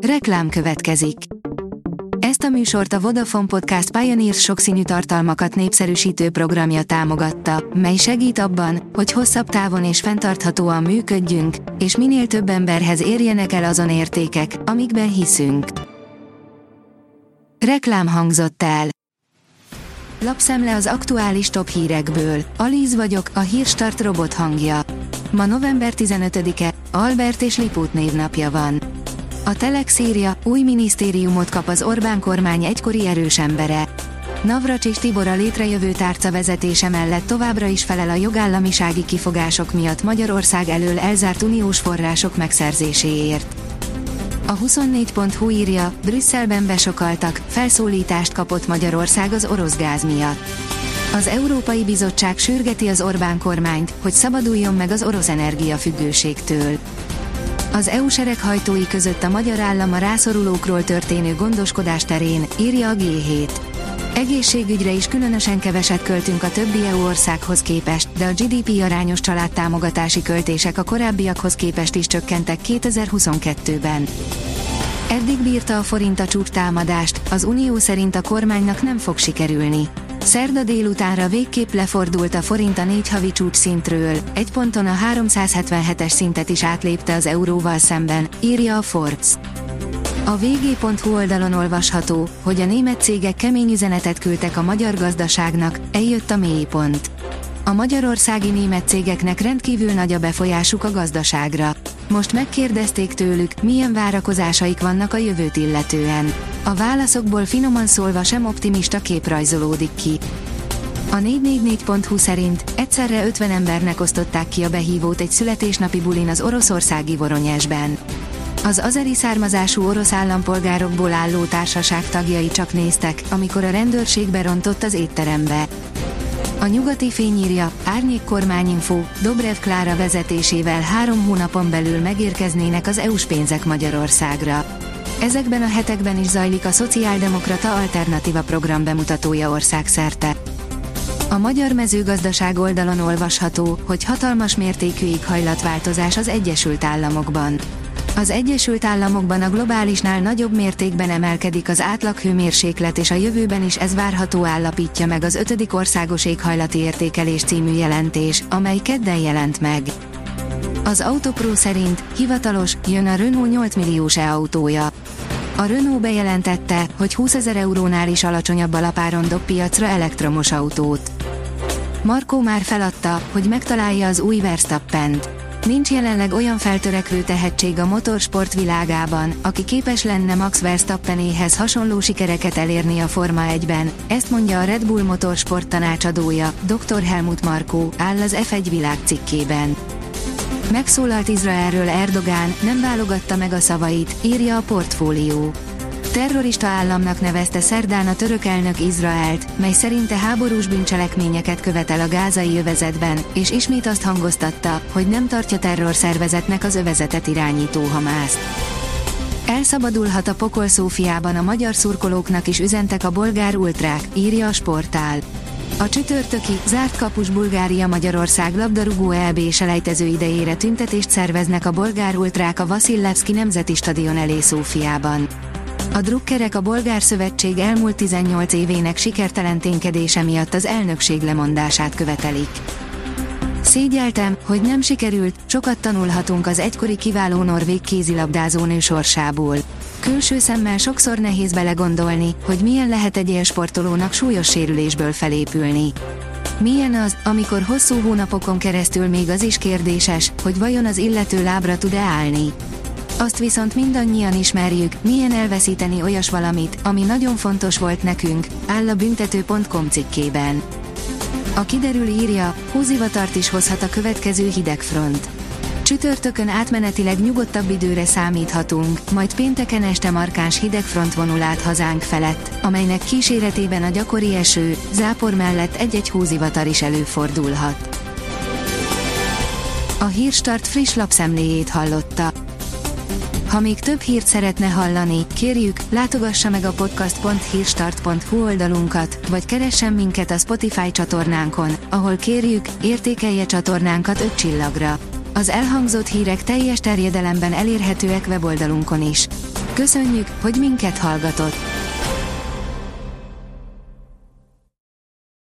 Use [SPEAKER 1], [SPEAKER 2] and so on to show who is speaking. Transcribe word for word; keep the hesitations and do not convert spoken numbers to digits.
[SPEAKER 1] Reklám következik. Ezt a műsort a Vodafone Podcast Pioneers sokszínű tartalmakat népszerűsítő programja támogatta, mely segít abban, hogy hosszabb távon és fenntarthatóan működjünk, és minél több emberhez érjenek el azon értékek, amikben hiszünk. Reklám hangzott el. Lapszemle az aktuális top hírekből. Alíz vagyok, a Hírstart robot hangja. Ma november tizenötödike, Albert és Lipót névnapja van. A Telex írja, új minisztériumot kap az Orbán kormány egykori erős embere. Navracsics Tibor a létrejövő tárca vezetése mellett továbbra is felel a jogállamisági kifogások miatt Magyarország elől elzárt uniós források megszerzéséért. A huszonnégy pont hu írja, Brüsszelben besokaltak, felszólítást kapott Magyarország az orosz gáz miatt. Az Európai Bizottság sürgeti az Orbán kormányt, hogy szabaduljon meg az orosz energiafüggőségtől. Az é u sereghajtói között a magyar állam a rászorulókról történő gondoskodás terén, írja a gé hét. Egészségügyre is különösen keveset költünk a többi é u országhoz képest, de a gé dé pé arányos családtámogatási költések a korábbiakhoz képest is csökkentek kétezer-huszonkettőben. Eddig bírta a forint a csúcstámadást, az Unió szerint a kormánynak nem fog sikerülni. Szerda délutánra végképp lefordult a forint a négy havi csúcs szintről, egy ponton a háromszázhetvenhetes szintet is átlépte az euróval szemben, írja a Forbes. A vé gé pont hu oldalon olvasható, hogy a német cégek kemény üzenetet küldtek a magyar gazdaságnak, eljött a mélypont. A magyarországi német cégeknek rendkívül nagy a befolyásuk a gazdaságra. Most megkérdezték tőlük, milyen várakozásaik vannak a jövőt illetően. A válaszokból finoman szólva sem optimista kép rajzolódik ki. A négy négy négy pont hu szerint egyszerre ötven embernek osztották ki a behívót egy születésnapi bulin az oroszországi Voronyezsben. Az azeri származású orosz állampolgárokból álló társaság tagjai csak néztek, amikor a rendőrség berontott az étterembe. A Nyugati Fény írja, árnyék kormányinfo, Dobrev Klára vezetésével három hónapon belül megérkeznének az é u-s pénzek Magyarországra. Ezekben a hetekben is zajlik a Szociáldemokrata Alternatíva program bemutatója országszerte. A magyar mezőgazdaság oldalon olvasható, hogy hatalmas mértékű éghajlatváltozás az Egyesült Államokban. Az Egyesült Államokban a globálisnál nagyobb mértékben emelkedik az átlaghőmérséklet, és a jövőben is ez várható, állapítja meg az ötödik országos éghajlati értékelés című jelentés, amely kedden jelent meg. Az Autopro szerint hivatalos, jön a Renault nyolc milliós e-autója. A Renault bejelentette, hogy húszezer eurónál is alacsonyabb alapáron dob piacra elektromos autót. Markó már feladta, hogy megtalálja az új Verstappent. Nincs jelenleg olyan feltörekvő tehetség a motorsport világában, aki képes lenne Max Verstappenéhez hasonló sikereket elérni a Forma egyben, ezt mondja a Red Bull Motorsport tanácsadója, doktor Helmut Markó, áll az ef egy világ cikkében. Megszólalt Izraelről Erdogán, nem válogatta meg a szavait, írja a Portfólió. Terrorista államnak nevezte szerdán a török elnök Izraelt, mely szerinte háborús bűncselekményeket követel a gázai övezetben, és ismét azt hangoztatta, hogy nem tartja terrorszervezetnek az övezetet irányító Hamászt. Elszabadulhat a pokol Szófiában, a magyar szurkolóknak is üzentek a bolgár ultrák, írja a Sportál. A csütörtöki, zárt kapus Bulgária-Magyarország labdarúgó é bé-selejtező idejére tüntetést szerveznek a bolgár ultrák a Vaszilevszki Nemzeti Stadion elé Szófiában. A drukkerek a bolgár szövetség elmúlt tizennyolc évének sikertelenténkedése miatt az elnökség lemondását követelik. Szégyeltem, hogy nem sikerült, sokat tanulhatunk az egykori kiváló norvég kézilabdázónő sorsából. Külső szemmel sokszor nehéz belegondolni, hogy milyen lehet egy élsportolónak súlyos sérülésből felépülni. Milyen az, amikor hosszú hónapokon keresztül még az is kérdéses, hogy vajon az illető lábra tud-e állni. Azt viszont mindannyian ismerjük, milyen elveszíteni olyas valamit, ami nagyon fontos volt nekünk, áll a büntető pont com cikkében. A Kiderül írja, hózivatart is hozhat a következő hidegfront. Csütörtökön átmenetileg nyugodtabb időre számíthatunk, majd pénteken este markáns hidegfront vonul át hazánk felett, amelynek kíséretében a gyakori eső, zápor mellett egy-egy hózivatar is előfordulhat. A Hírstart friss lapszemléjét hallotta. Ha még több hírt szeretne hallani, kérjük, látogassa meg a podcast pont hírstart pont hu oldalunkat, vagy keressen minket a Spotify csatornánkon, ahol kérjük, értékelje csatornánkat öt csillagra. Az elhangzott hírek teljes terjedelemben elérhetőek weboldalunkon is. Köszönjük, hogy minket hallgatott!